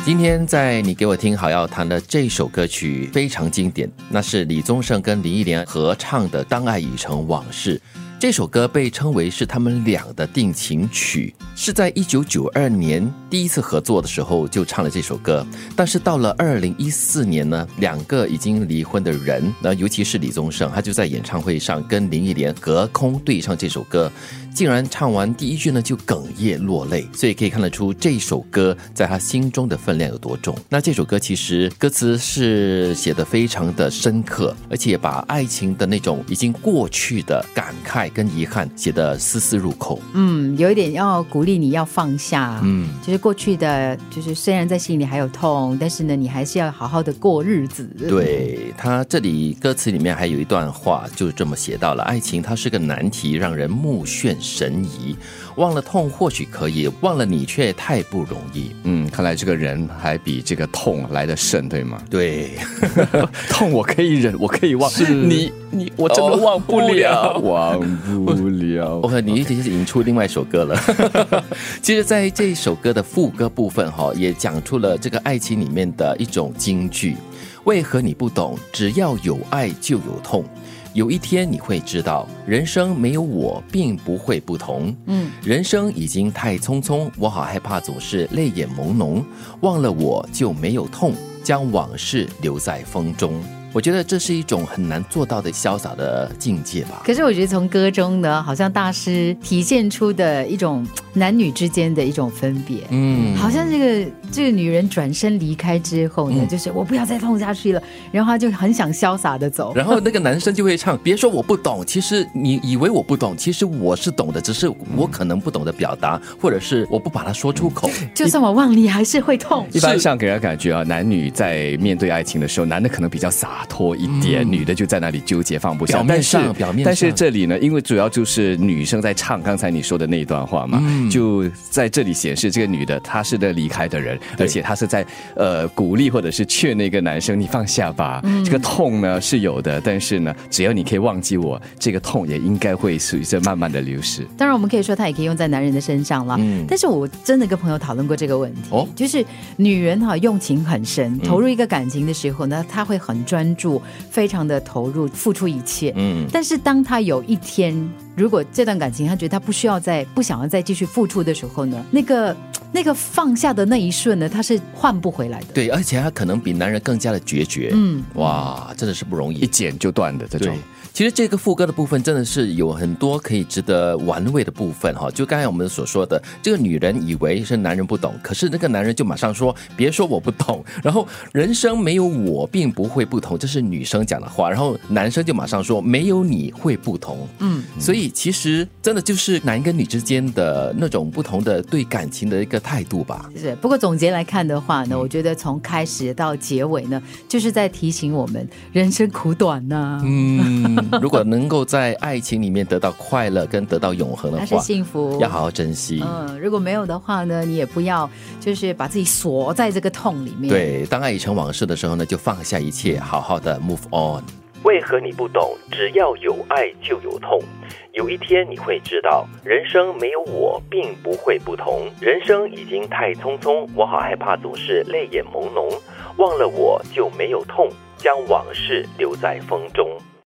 今天在你给我听好要谈的这首歌曲非常经典，那是李宗盛跟林忆莲合唱的《当爱已成往事》。这首歌被称为是他们俩的定情曲，是在1992年第一次合作的时候就唱了这首歌。但是到了2014年呢，两个已经离婚的人，那尤其是李宗盛，他就在演唱会上跟林忆莲隔空对唱这首歌，竟然唱完第一句呢就哽咽落泪，所以可以看得出这首歌在他心中的分量有多重。那这首歌其实歌词是写得非常的深刻，而且把爱情的那种已经过去的感慨跟遗憾写得丝丝入口。 有一点要鼓励你要放下，就是过去的，就是虽然在心里还有痛，但是呢你还是要好好的过日子。 对，他这里歌词里面还有一段话就这么写到了，爱情它是个难题，让人目眩神移，忘了痛或许可以，忘了你却太不容易。 看来这个人还比这个痛来得甚，对吗？ 对痛我可以忍，我可以忘，你我真的忘不了，忘不了。 你已经引出另外一首歌了其实在这首歌的副歌部分也讲出了这个爱情里面的一种金句，为何你不懂，只要有爱就有痛，有一天你会知道，人生没有我并不会不同。人生已经太匆匆，我好害怕总是泪眼朦胧，忘了我就没有痛，将往事留在风中。我觉得这是一种很难做到的潇洒的境界吧。 可是我觉得从歌中呢，好像大师体现出的一种男女之间的一种分别。好像这个女人转身离开之后呢，就是我不要再痛下去了，然后她就很想潇洒的走。 然后那个男生就会唱，别说我不懂，其实你以为我不懂，其实我是懂的，只是我可能不懂得表达，或者是我不把它说出口。 就算我忘你还是会痛。 一般上给人感觉男女在面对爱情的时候，男的可能比较洒脱一点，女的就在那里纠结放不下。 表面上但是这里呢，因为主要就是女生在唱刚才你说的那一段话嘛，就在这里显示这个女的她是离开的人，而且她是在鼓励或者是劝那个男生，你放下吧，这个痛呢是有的，但是呢只要你可以忘记我，这个痛也应该会随着慢慢的流失。 当然我们可以说它也可以用在男人的身上了，但是我真的跟朋友讨论过这个问题，就是女人用情很深，投入一个感情的时候呢，她会很专注，非常的投入，付出一切。但是当她有一天如果这段感情她觉得她不想要再继续付出的时候呢，那个放下的那一瞬呢，她是换不回来的。 对，而且她可能比男人更加的决绝。哇，真的是不容易， 一剪就断的这种。 其实这个副歌的部分真的是有很多可以值得玩味的部分就刚才我们所说的，这个女人以为是男人不懂，可是那个男人就马上说别说我不懂，然后人生没有我并不会不同，这是女生讲的话，然后男生就马上说没有你会不同。所以其实真的就是男跟女之间的那种不同的对感情的一个态度吧。 是，不过总结来看的话呢，我觉得从开始到结尾呢，就是在提醒我们人生苦短啊。 如果能够在爱情里面得到快乐跟得到永恒的话， 那是幸福， 要好好珍惜。 如果没有的话呢，你也不要就是把自己锁在这个痛里面。 对，当爱已成往事的时候呢，就放下一切，好好的 move on。为何你不懂，只要有爱就有痛，有一天你会知道，人生没有我并不会不同，人生已经太匆匆，我好害怕总是泪眼朦胧，忘了我就没有痛，将往事留在风中。